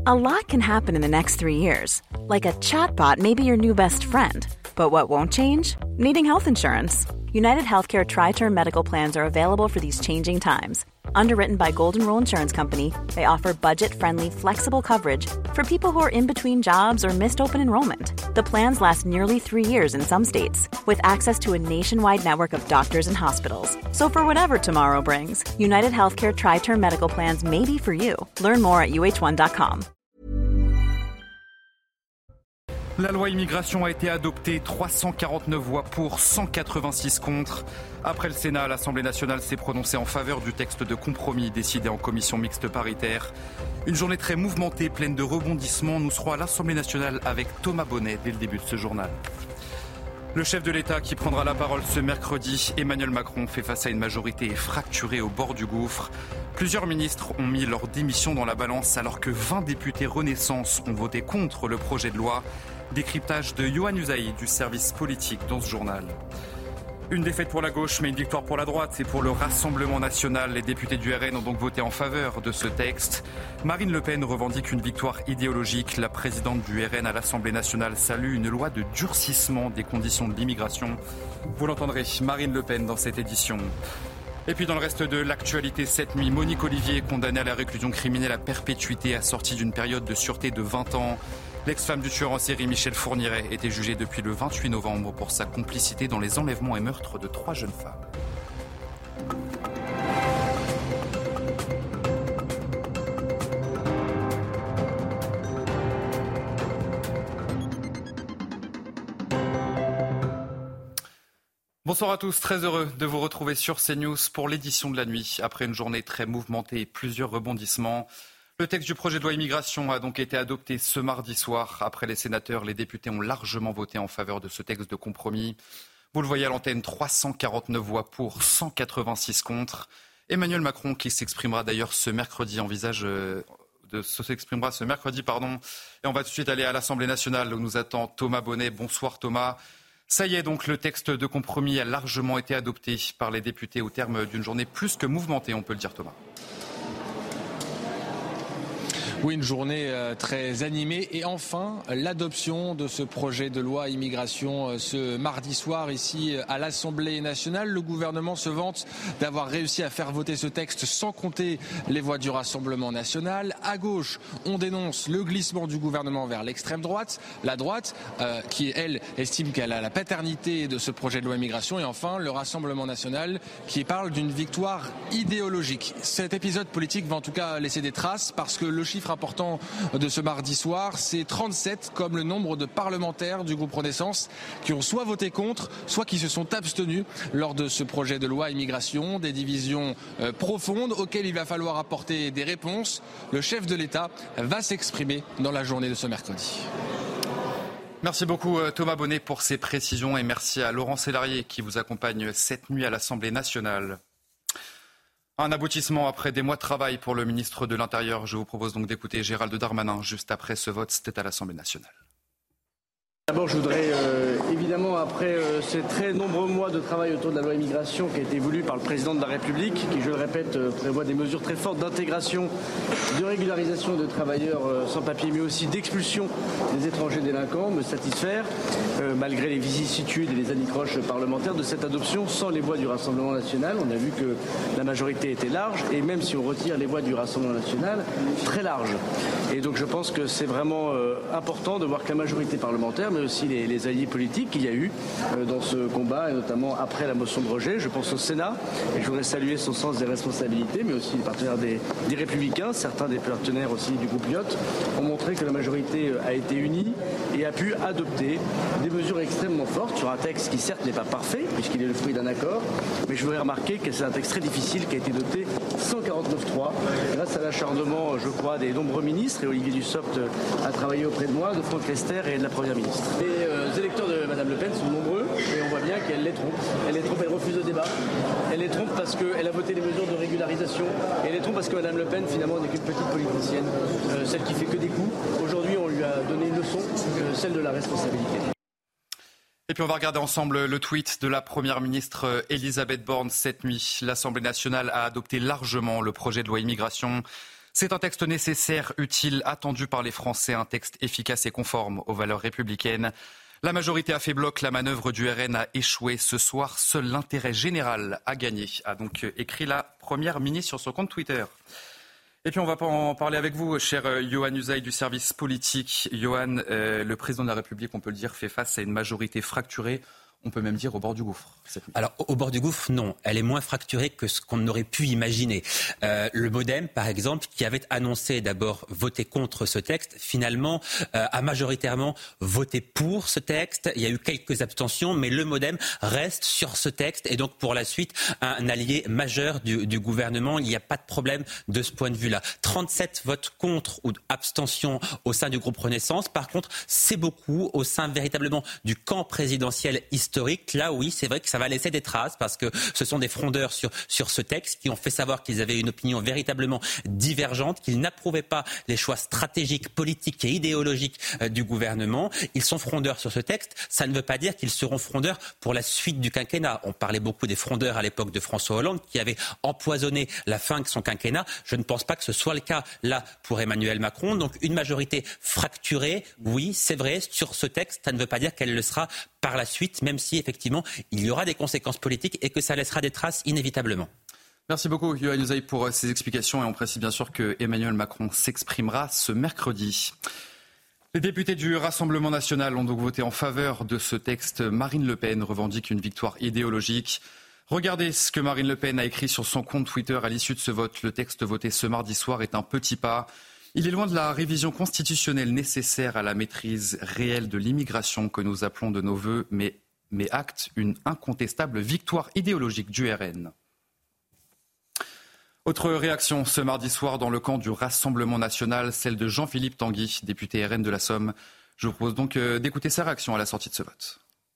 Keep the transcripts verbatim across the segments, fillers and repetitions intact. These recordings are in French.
A lot can happen in the next three years. Like a chatbot may be your new best friend. But what won't change? Needing health insurance. United Healthcare Tri-Term Medical Plans are available for these changing times. Underwritten by Golden Rule Insurance Company, they offer budget-friendly, flexible coverage for people who are in between jobs or missed open enrollment. The plans last nearly three years in some states, with access to a nationwide network of doctors and hospitals. So for whatever tomorrow brings, United Healthcare Tri-Term Medical Plans may be for you. Learn more at U H one dot com. La loi immigration a été adoptée, trois cent quarante-neuf voix pour, cent quatre-vingt-six contre. Après le Sénat, l'Assemblée nationale s'est prononcée en faveur du texte de compromis décidé en commission mixte paritaire. Une journée très mouvementée, pleine de rebondissements. Nous serons à l'Assemblée nationale avec Thomas Bonnet dès le début de ce journal. Le chef de l'État qui prendra la parole ce mercredi, Emmanuel Macron, fait face à une majorité fracturée au bord du gouffre. Plusieurs ministres ont mis leur démission dans la balance alors que vingt députés Renaissance ont voté contre le projet de loi. Décryptage de Yohann Usaï du service politique dans ce journal. Une défaite pour la gauche mais une victoire pour la droite. C'est pour le Rassemblement national. Les députés du R N ont donc voté en faveur de ce texte. Marine Le Pen revendique une victoire idéologique. La présidente du R N à l'Assemblée nationale salue une loi de durcissement des conditions de l'immigration. Vous l'entendrez, Marine Le Pen dans cette édition. Et puis dans le reste de l'actualité, cette nuit, Monique Olivier est condamnée à la réclusion criminelle à perpétuité assortie d'une période de sûreté de vingt ans. L'ex-femme du tueur en série Michel Fourniret était jugée depuis le vingt-huit novembre pour sa complicité dans les enlèvements et meurtres de trois jeunes femmes. Bonsoir à tous, très heureux de vous retrouver sur CNews pour l'édition de la nuit. Après une journée très mouvementée et plusieurs rebondissements, le texte du projet de loi immigration a donc été adopté ce mardi soir. Après les sénateurs, les députés ont largement voté en faveur de ce texte de compromis. Vous le voyez à l'antenne, trois cent quarante-neuf voix pour, cent quatre-vingt-six contre. Emmanuel Macron, qui s'exprimera d'ailleurs ce mercredi, envisage de s'exprimera ce mercredi, pardon. Et on va tout de suite aller à l'Assemblée nationale où nous attend Thomas Bonnet. Bonsoir Thomas. Ça y est donc, le texte de compromis a largement été adopté par les députés au terme d'une journée plus que mouvementée, on peut le dire Thomas. Oui, une journée très animée et enfin l'adoption de ce projet de loi immigration ce mardi soir ici à l'Assemblée nationale. Le gouvernement se vante d'avoir réussi à faire voter ce texte sans compter les voix du Rassemblement national. À gauche, on dénonce le glissement du gouvernement vers l'extrême droite. La droite, euh, qui elle estime qu'elle a la paternité de ce projet de loi immigration. Et enfin, le Rassemblement national qui parle d'une victoire idéologique. Cet épisode politique va en tout cas laisser des traces parce que le chiffre important de ce mardi soir, c'est trente-sept comme le nombre de parlementaires du groupe Renaissance qui ont soit voté contre, soit qui se sont abstenus lors de ce projet de loi immigration. Des divisions euh, profondes auxquelles il va falloir apporter des réponses. Le chef de l'État va s'exprimer dans la journée de ce mercredi. Merci beaucoup Thomas Bonnet pour ces précisions et merci à Laurent Sélarié qui vous accompagne cette nuit à l'Assemblée nationale. Un aboutissement après des mois de travail pour le ministre de l'Intérieur. Je vous propose donc d'écouter Gérald Darmanin juste après ce vote. C'était à l'Assemblée nationale. D'abord, je voudrais euh, évidemment, après euh, ces très nombreux mois de travail autour de la loi immigration qui a été voulue par le président de la République, qui, je le répète, euh, prévoit des mesures très fortes d'intégration, de régularisation de travailleurs euh, sans papier, mais aussi d'expulsion des étrangers délinquants, me satisfaire, euh, malgré les vicissitudes et les anicroches parlementaires, de cette adoption sans les voix du Rassemblement national. On a vu que la majorité était large, et même si on retire les voix du Rassemblement national, très large. Et donc je pense que c'est vraiment euh, important de voir que la majorité parlementaire, mais aussi les, les alliés politiques qu'il y a eu euh, dans ce combat, et notamment après la motion de rejet. Je pense au Sénat, et je voudrais saluer son sens des responsabilités, mais aussi les partenaires des, des Républicains, certains des partenaires aussi du groupe Lyot, ont montré que la majorité a été unie et a pu adopter des mesures extrêmement fortes sur un texte qui certes n'est pas parfait, puisqu'il est le fruit d'un accord, mais je voudrais remarquer que c'est un texte très difficile qui a été doté cent quarante-neuf trois, grâce à l'acharnement, je crois, des nombreux ministres, et Olivier Dussopt a travaillé auprès de moi, de Franck Lester et de la Première ministre. Les euh, électeurs de Mme Le Pen sont nombreux et on voit bien qu'elle les trompe. Elle les trompe, elle refuse le débat. Elle les trompe parce qu'elle a voté les mesures de régularisation. Et elle les trompe parce que Mme Le Pen, finalement, n'est qu'une petite politicienne, euh, celle qui fait que des coups. Aujourd'hui, on lui a donné une leçon, euh, celle de la responsabilité. Et puis on va regarder ensemble le tweet de la Première ministre Elisabeth Borne cette nuit. L'Assemblée nationale a adopté largement le projet de loi immigration. C'est un texte nécessaire, utile, attendu par les Français, un texte efficace et conforme aux valeurs républicaines. La majorité a fait bloc, la manœuvre du R N a échoué. Ce soir, seul l'intérêt général a gagné, a donc écrit la première ministre sur son compte Twitter. Et puis on va en parler avec vous, cher Yohann Usaï du service politique. Yohann, euh, le président de la République, on peut le dire, fait face à une majorité fracturée. On peut même dire au bord du gouffre. Alors, au bord du gouffre, non. Elle est moins fracturée que ce qu'on aurait pu imaginer. Euh, le MoDem, par exemple, qui avait annoncé d'abord voter contre ce texte, finalement, euh, a majoritairement voté pour ce texte. Il y a eu quelques abstentions, mais le MoDem reste sur ce texte. Et donc, pour la suite, un allié majeur du, du gouvernement. Il n'y a pas de problème de ce point de vue-là. trente-sept votes contre ou abstentions au sein du groupe Renaissance. Par contre, c'est beaucoup au sein véritablement du camp présidentiel historique. Historique. Là, oui, c'est vrai que ça va laisser des traces parce que ce sont des frondeurs sur, sur ce texte qui ont fait savoir qu'ils avaient une opinion véritablement divergente, qu'ils n'approuvaient pas les choix stratégiques, politiques et idéologiques euh, du gouvernement. Ils sont frondeurs sur ce texte. Ça ne veut pas dire qu'ils seront frondeurs pour la suite du quinquennat. On parlait beaucoup des frondeurs à l'époque de François Hollande qui avait empoisonné la fin de son quinquennat. Je ne pense pas que ce soit le cas là pour Emmanuel Macron. Donc une majorité fracturée, oui, c'est vrai, sur ce texte. Ça ne veut pas dire qu'elle le sera par la suite, même si effectivement il y aura des conséquences politiques et que ça laissera des traces inévitablement. Merci beaucoup Yohann Usaï pour ces explications et on précise bien sûr que Emmanuel Macron s'exprimera ce mercredi. Les députés du Rassemblement national ont donc voté en faveur de ce texte. Marine Le Pen revendique une victoire idéologique. Regardez ce que Marine Le Pen a écrit sur son compte Twitter à l'issue de ce vote. Le texte voté ce mardi soir est un petit pas. Il est loin de la révision constitutionnelle nécessaire à la maîtrise réelle de l'immigration que nous appelons de nos vœux, mais, mais acte une incontestable victoire idéologique du R N. Autre réaction ce mardi soir dans le camp du Rassemblement national, celle de Jean-Philippe Tanguy, député R N de la Somme. Je vous propose donc d'écouter sa réaction à la sortie de ce vote.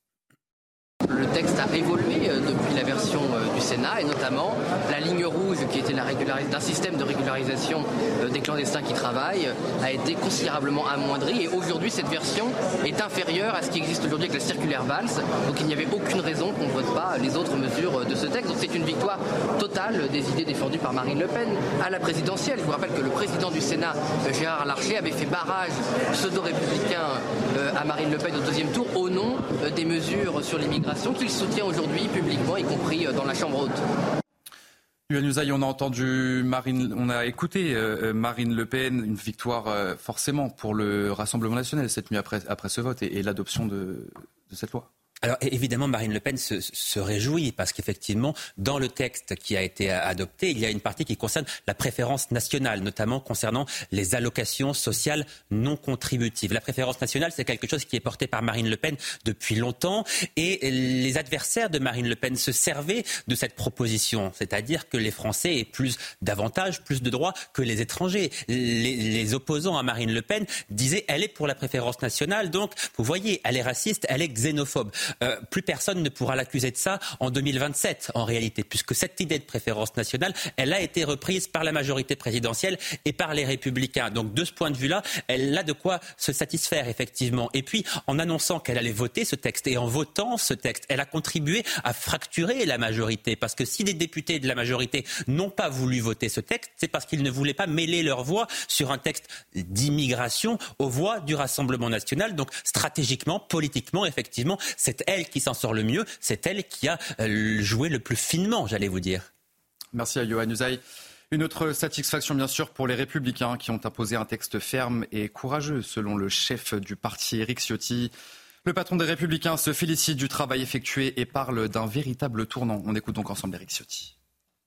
Le texte a évolué depuis la version du Sénat et notamment la ligne rouge qui était la régularis- d'un système de régularisation des clandestins qui travaillent a été considérablement amoindrie et aujourd'hui cette version est inférieure à ce qui existe aujourd'hui avec la circulaire Valls. Donc il n'y avait aucune raison qu'on ne vote pas les autres mesures de ce texte. Donc c'est une victoire totale des idées défendues par Marine Le Pen à la présidentielle. Je vous rappelle que le président du Sénat, Gérard Larcher, avait fait barrage pseudo-républicain à Marine Le Pen au deuxième tour au nom des mesures sur l'immigration qu'il soutient aujourd'hui publiquement, y compris dans la Chambre haute. Yohann Usaï, on a entendu Marine, on a écouté euh, Marine Le Pen, une victoire euh, forcément pour le Rassemblement national cette nuit après, après ce vote et, et l'adoption de, de cette loi. Alors évidemment, Marine Le Pen se, se réjouit parce qu'effectivement, dans le texte qui a été adopté, il y a une partie qui concerne la préférence nationale, notamment concernant les allocations sociales non contributives. La préférence nationale, c'est quelque chose qui est porté par Marine Le Pen depuis longtemps et les adversaires de Marine Le Pen se servaient de cette proposition, c'est-à-dire que les Français aient plus d'avantages, plus de droits que les étrangers. Les, les opposants à Marine Le Pen disaient elle est pour la préférence nationale, donc vous voyez, elle est raciste, elle est xénophobe. Euh, plus personne ne pourra l'accuser de ça en deux mille vingt-sept, en réalité, puisque cette idée de préférence nationale, elle a été reprise par la majorité présidentielle et par les Républicains. Donc, de ce point de vue-là, elle a de quoi se satisfaire, effectivement. Et puis, en annonçant qu'elle allait voter ce texte et en votant ce texte, elle a contribué à fracturer la majorité. Parce que si des députés de la majorité n'ont pas voulu voter ce texte, c'est parce qu'ils ne voulaient pas mêler leur voix sur un texte d'immigration aux voix du Rassemblement national. Donc, stratégiquement, politiquement, effectivement, c'est elle qui s'en sort le mieux, c'est elle qui a joué le plus finement, j'allais vous dire. Merci à Yohann Usaï. Une autre satisfaction, bien sûr, pour les Républicains qui ont imposé un texte ferme et courageux, selon le chef du parti, Éric Ciotti. Le patron des Républicains se félicite du travail effectué et parle d'un véritable tournant. On écoute donc ensemble Éric Ciotti.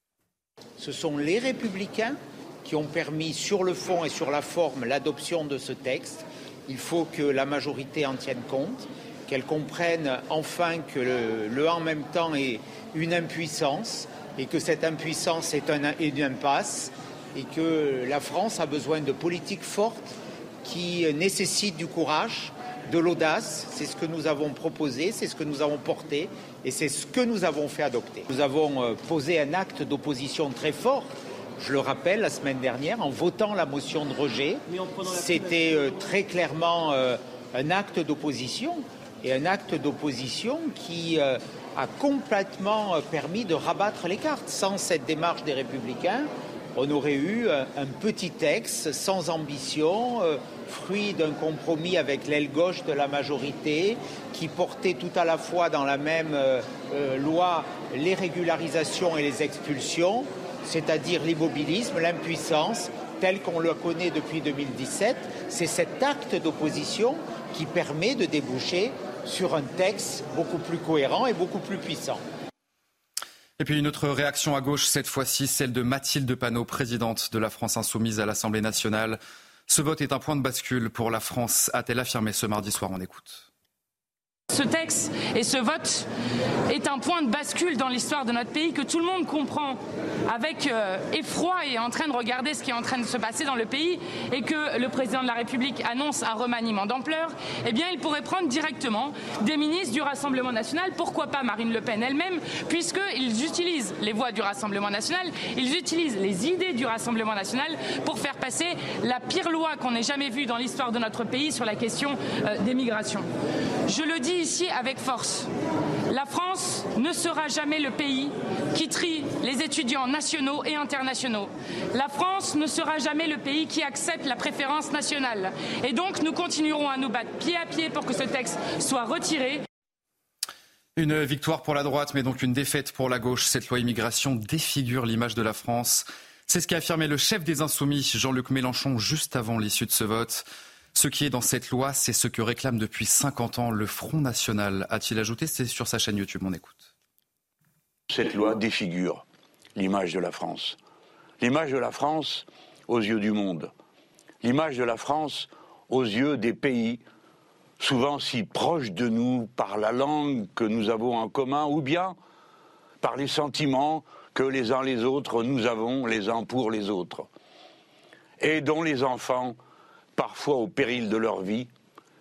Ce sont les Républicains qui ont permis, sur le fond et sur la forme, l'adoption de ce texte. Il faut que la majorité en tienne compte, qu'elle comprenne enfin que le, le en même temps est une impuissance et que cette impuissance est, un, est une impasse et que la France a besoin de politiques fortes qui nécessitent du courage, de l'audace. C'est ce que nous avons proposé, c'est ce que nous avons porté et c'est ce que nous avons fait adopter. Nous avons posé un acte d'opposition très fort, je le rappelle, la semaine dernière, en votant la motion de rejet. C'était très clairement un acte d'opposition. Et un acte d'opposition qui euh, a complètement permis de rabattre les cartes. Sans cette démarche des Républicains, on aurait eu un, un petit texte sans ambition, euh, fruit d'un compromis avec l'aile gauche de la majorité, qui portait tout à la fois dans la même euh, euh, loi les régularisations et les expulsions, c'est-à-dire l'immobilisme, l'impuissance, tel qu'on le connaît depuis deux mille dix-sept. C'est cet acte d'opposition qui permet de déboucher sur un texte beaucoup plus cohérent et beaucoup plus puissant. Et puis une autre réaction à gauche, cette fois-ci celle de Mathilde Panot, présidente de la France Insoumise à l'Assemblée nationale. Ce vote est un point de bascule pour la France, a-t-elle affirmé ce mardi soir. On écoute. Ce texte et ce vote est un point de bascule dans l'histoire de notre pays que tout le monde comprend avec euh, effroi et est en train de regarder ce qui est en train de se passer dans le pays et que le président de la République annonce un remaniement d'ampleur. Eh bien, il pourrait prendre directement des ministres du Rassemblement national, pourquoi pas Marine Le Pen elle-même, puisqu'ils utilisent les voix du Rassemblement national, ils utilisent les idées du Rassemblement national pour faire passer la pire loi qu'on ait jamais vue dans l'histoire de notre pays sur la question euh, des migrations. Je le dis ici avec force, la France ne sera jamais le pays qui trie les étudiants nationaux et internationaux. La France ne sera jamais le pays qui accepte la préférence nationale. Et donc nous continuerons à nous battre pied à pied pour que ce texte soit retiré. Une victoire pour la droite, mais donc une défaite pour la gauche. Cette loi immigration défigure l'image de la France. C'est ce qu'a affirmé le chef des Insoumis, Jean-Luc Mélenchon, juste avant l'issue de ce vote. Ce qui est dans cette loi, c'est ce que réclame depuis cinquante ans le Front National, a-t-il ajouté. C'est sur sa chaîne YouTube, on écoute. Cette loi défigure l'image de la France. L'image de la France aux yeux du monde. L'image de la France aux yeux des pays souvent si proches de nous par la langue que nous avons en commun ou bien par les sentiments que les uns les autres nous avons les uns pour les autres. Et dont les enfants, parfois au péril de leur vie,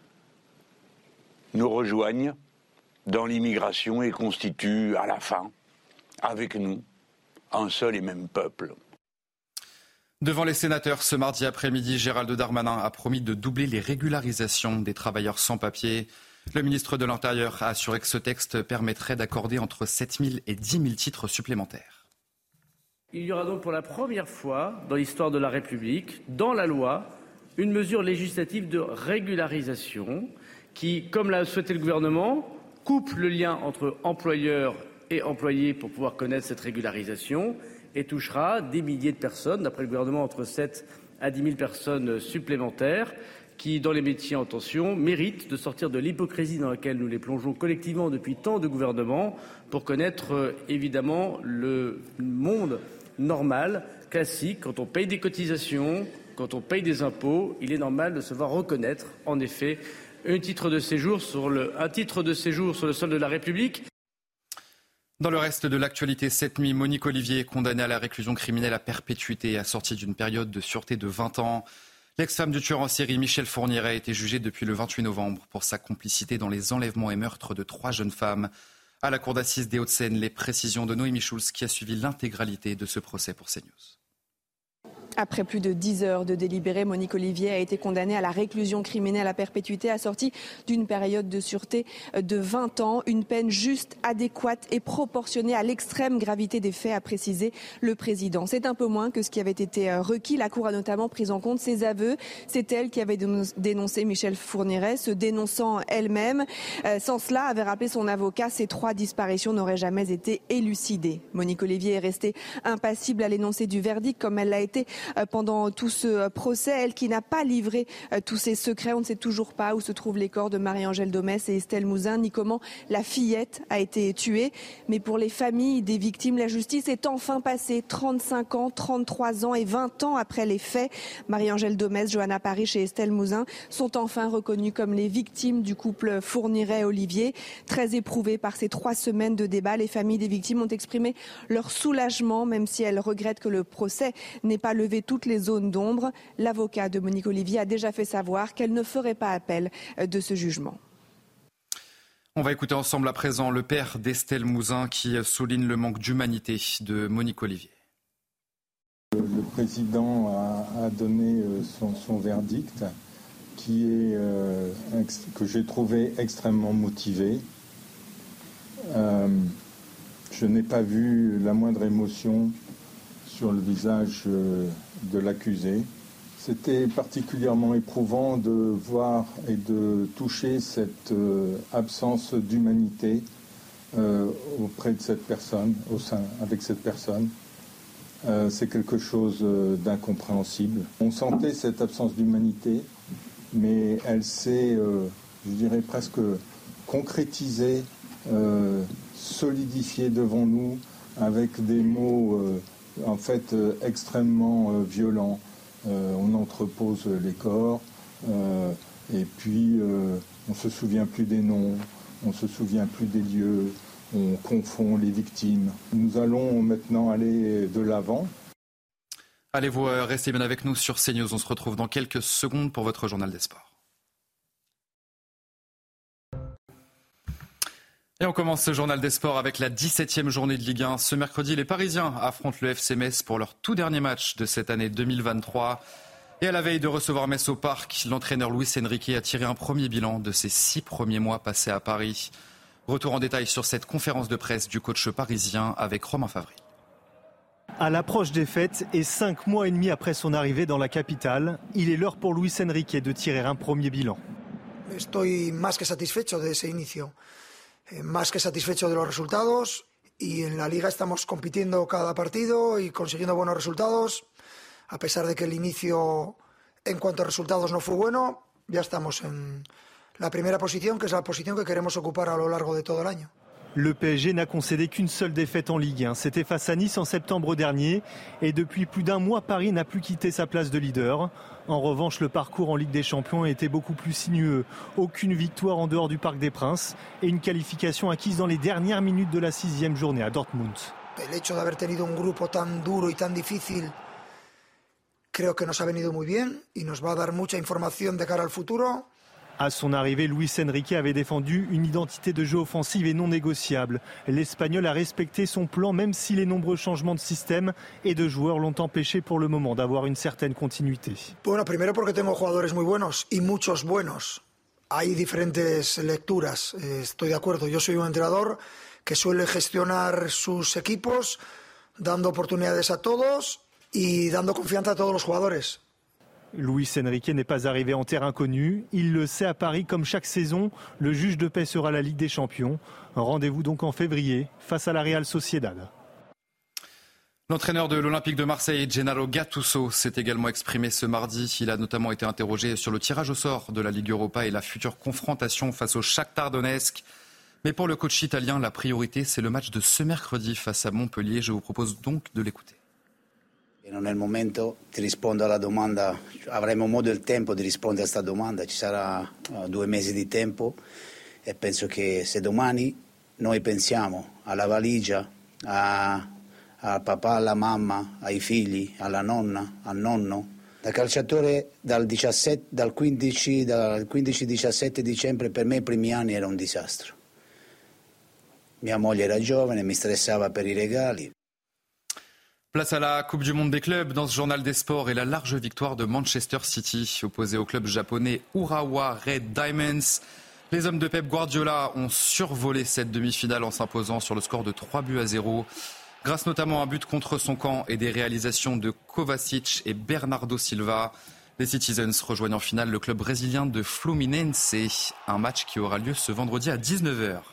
nous rejoignent dans l'immigration et constituent à la fin, avec nous, un seul et même peuple. Devant les sénateurs, ce mardi après-midi, Gérald Darmanin a promis de doubler les régularisations des travailleurs sans papier. Le ministre de l'Intérieur a assuré que ce texte permettrait d'accorder entre sept mille et dix mille titres supplémentaires. Il y aura donc pour la première fois dans l'histoire de la République, dans la loi, une mesure législative de régularisation qui, comme l'a souhaité le gouvernement, coupe le lien entre employeurs et employés pour pouvoir connaître cette régularisation et touchera des milliers de personnes, d'après le gouvernement entre sept à dix mille personnes supplémentaires qui, dans les métiers en tension, méritent de sortir de l'hypocrisie dans laquelle nous les plongeons collectivement depuis tant de gouvernements pour connaître euh, évidemment le monde normal, classique, quand on paye des cotisations, quand on paye des impôts, il est normal de se voir reconnaître, en effet, un titre de séjour sur le, un titre de séjour sur le sol de la République. Dans le reste de l'actualité, cette nuit, Monique Olivier est condamnée à la réclusion criminelle à perpétuité, assortie d'une période de sûreté de vingt ans. L'ex-femme du tueur en série Michel Fourniret a été jugée depuis le vingt-huit novembre pour sa complicité dans les enlèvements et meurtres de trois jeunes femmes. À la cour d'assises des Hauts-de-Seine, les précisions de Noémie Schulz qui a suivi l'intégralité de ce procès pour CNews. Après plus de dix heures de délibéré, Monique Olivier a été condamnée à la réclusion criminelle à perpétuité assortie d'une période de sûreté de vingt ans. Une peine juste, adéquate et proportionnée à l'extrême gravité des faits, a précisé le président. C'est un peu moins que ce qui avait été requis. La Cour a notamment pris en compte ses aveux. C'est elle qui avait dénoncé Michel Fourniret, se dénonçant elle-même. Sans cela, avait rappelé son avocat, ces trois disparitions n'auraient jamais été élucidées. Monique Olivier est restée impassible à l'énoncé du verdict, comme elle l'a été pendant tout ce procès. Elle qui n'a pas livré tous ses secrets. On ne sait toujours pas où se trouvent les corps de Marie-Angèle Domès et Estelle Mouzin, ni comment la fillette a été tuée. Mais pour les familles des victimes, la justice est enfin passée. trente-cinq ans, trente-trois ans et vingt ans après les faits. Marie-Angèle Domès, Johanna Parrish et Estelle Mouzin sont enfin reconnues comme les victimes du couple Fourniret-Olivier. Très éprouvées par ces trois semaines de débat, les familles des victimes ont exprimé leur soulagement, même si elles regrettent que le procès n'ait pas levé toutes les zones d'ombre. L'avocat de Monique Olivier a déjà fait savoir qu'elle ne ferait pas appel de ce jugement. On va écouter ensemble à présent le père d'Estelle Mouzin qui souligne le manque d'humanité de Monique Olivier. Le président a, a donné son, son verdict qui est, euh, ex, que j'ai trouvé extrêmement motivé. Euh, je n'ai pas vu la moindre émotion sur le visage de l'accusé. C'était particulièrement éprouvant de voir et de toucher cette absence d'humanité auprès de cette personne, au sein, avec cette personne. C'est quelque chose d'incompréhensible. On sentait cette absence d'humanité, mais elle s'est, je dirais, presque concrétisée, solidifiée devant nous, avec des mots euh, en fait euh, extrêmement euh, violents. Euh, on entrepose les corps euh, et puis euh, on ne se souvient plus des noms, on ne se souvient plus des lieux, on confond les victimes. Nous allons maintenant aller de l'avant. Allez, vous euh, restez bien avec nous sur CNews. On se retrouve dans quelques secondes pour votre journal des sports. Et on commence ce journal des sports avec la dix-septième journée de Ligue un. Ce mercredi, les Parisiens affrontent le F C Metz pour leur tout dernier match de cette année deux mille vingt-trois. Et à la veille de recevoir Metz au Parc, l'entraîneur Luis Enrique a tiré un premier bilan de ses six premiers mois passés à Paris. Retour en détail sur cette conférence de presse du coach parisien avec Romain Favry. À l'approche des fêtes et cinq mois et demi après son arrivée dans la capitale, il est l'heure pour Luis Enrique de tirer un premier bilan. Estoy más que satisfecho de ese inicio. Más que satisfecho de los resultados y en la liga estamos compitiendo cada partido y consiguiendo buenos resultados. A pesar de que el inicio en cuanto a resultados no fue bueno, ya estamos en la primera posición, que es la posición que queremos ocupar a lo largo de todo el año. Le P S G n'a concédé qu'une seule défaite en Ligue un. C'était face à Nice en septembre dernier. Et depuis plus d'un mois, Paris n'a plus quitté sa place de leader. En revanche, le parcours en Ligue des Champions a été beaucoup plus sinueux. Aucune victoire en dehors du Parc des Princes et une qualification acquise dans les dernières minutes de la sixième journée à Dortmund. El hecho de haber tenido un grupo tan duro y tan difícil creo que nos ha venido muy bien y nos va a dar mucha información de cara al futuro. À son arrivée, Luis Enrique avait défendu une identité de jeu offensive et non négociable. L'Espagnol a respecté son plan même si les nombreux changements de système et de joueurs l'ont empêché pour le moment d'avoir une certaine continuité. Bueno, primero porque tengo jugadores muy buenos y muchos buenos. Hay diferentes lecturas, estoy de acuerdo. Yo soy un entrenador que suele gestionar sus equipos dando oportunidades a todos y dando confianza a todos los jugadores. Luis Enrique n'est pas arrivé en terrain connu. Il le sait, à Paris, comme chaque saison, le juge de paix sera la Ligue des Champions. Rendez-vous donc en février face à la Real Sociedad. L'entraîneur de l'Olympique de Marseille, Gennaro Gattuso, s'est également exprimé ce mardi. Il a notamment été interrogé sur le tirage au sort de la Ligue Europa et la future confrontation face au Shakhtar Donetsk. Mais pour le coach italien, la priorité, c'est le match de ce mercredi face à Montpellier. Je vous propose donc de l'écouter. Non è il momento, ti rispondo alla domanda, avremo modo e tempo di rispondere a questa domanda, ci sarà uh, due mesi di tempo e penso che se domani noi pensiamo alla valigia, a, al papà, alla mamma, ai figli, alla nonna, al nonno, da calciatore dal diciassette, dal quindici, dal quindici diciassette dicembre per me i primi anni era un disastro. Mia moglie era giovane, mi stressava per i regali. Place à la Coupe du Monde des clubs dans ce journal des sports et la large victoire de Manchester City opposé au club japonais Urawa Red Diamonds. Les hommes de Pep Guardiola ont survolé cette demi-finale en s'imposant sur le score de trois buts à zéro. Grâce notamment à un but contre son camp et des réalisations de Kovacic et Bernardo Silva. Les Citizens rejoignent en finale le club brésilien de Fluminense. Un match qui aura lieu ce vendredi à dix-neuf heures.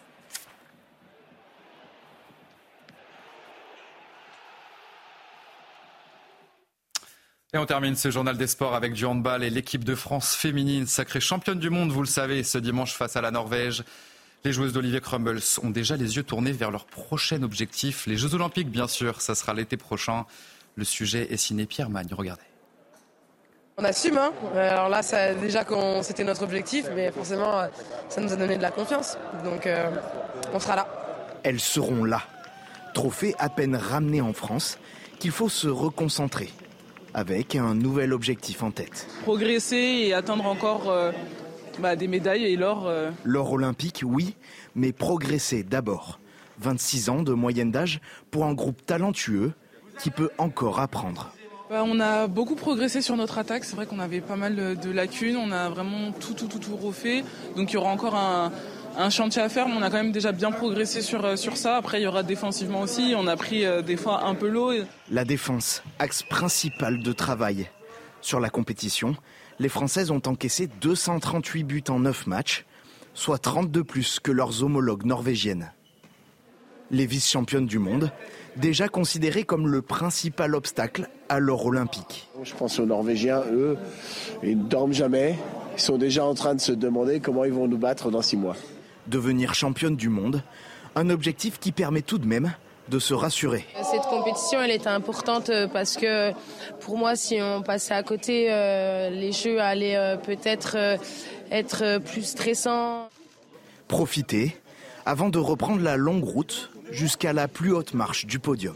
Et on termine ce journal des sports avec du handball et l'équipe de France féminine, sacrée championne du monde, vous le savez, ce dimanche face à la Norvège. Les joueuses d'Olivier Crumbles ont déjà les yeux tournés vers leur prochain objectif, les Jeux Olympiques bien sûr, ça sera l'été prochain. Le sujet est signé Pierre Magne, regardez. On assume, hein. Alors là, ça, déjà qu'on, c'était notre objectif, mais forcément, ça nous a donné de la confiance. Donc, euh, on sera là. Elles seront là. Trophée à peine ramené en France, qu'il faut se reconcentrer. Avec un nouvel objectif en tête. Progresser et atteindre encore euh, bah, des médailles et l'or. Euh... L'or olympique, oui, mais progresser d'abord. vingt-six ans de moyenne d'âge pour un groupe talentueux qui peut encore apprendre. Bah, on a beaucoup progressé sur notre attaque. C'est vrai qu'on avait pas mal de lacunes. On a vraiment tout, tout, tout, tout refait. Donc il y aura encore un, un chantier à faire, mais on a quand même déjà bien progressé sur, sur ça. Après, il y aura défensivement aussi. On a pris euh, des fois un peu l'eau. La défense, axe principal de travail. Sur la compétition, les Françaises ont encaissé deux cent trente-huit buts en neuf matchs, soit trente de plus que leurs homologues norvégiennes. Les vice-championnes du monde, déjà considérées comme le principal obstacle à l'or olympique. Je pense aux Norvégiens, eux, ils ne dorment jamais. Ils sont déjà en train de se demander comment ils vont nous battre dans six mois. Devenir championne du monde, un objectif qui permet tout de même de se rassurer. Cette compétition, elle était importante parce que pour moi, si on passait à côté, euh, les Jeux allaient euh, peut-être euh, être plus stressants. Profiter avant de reprendre la longue route jusqu'à la plus haute marche du podium.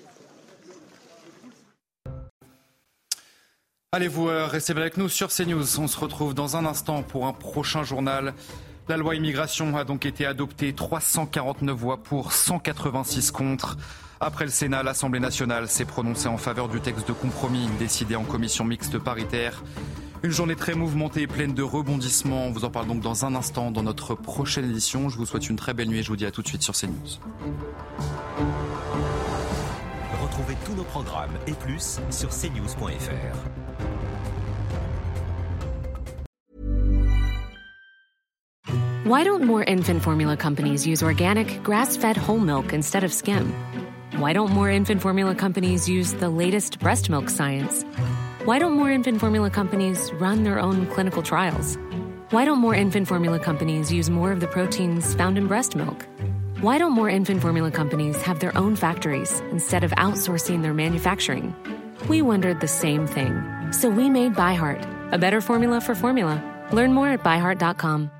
Allez, vous euh, restez avec nous sur CNews. On se retrouve dans un instant pour un prochain journal. La loi immigration a donc été adoptée, trois cent quarante-neuf voix pour, cent quatre-vingt-six contre. Après le Sénat, l'Assemblée nationale s'est prononcée en faveur du texte de compromis décidé en commission mixte paritaire. Une journée très mouvementée et pleine de rebondissements. On vous en parle donc dans un instant dans notre prochaine édition. Je vous souhaite une très belle nuit et je vous dis à tout de suite sur CNews. Retrouvez tous nos programmes et plus sur c news point f r. Why don't more infant formula companies use organic, grass-fed whole milk instead of skim? Why don't more infant formula companies use the latest breast milk science? Why don't more infant formula companies run their own clinical trials? Why don't more infant formula companies use more of the proteins found in breast milk? Why don't more infant formula companies have their own factories instead of outsourcing their manufacturing? We wondered the same thing. So we made ByHeart, a better formula for formula. Learn more at by heart dot com.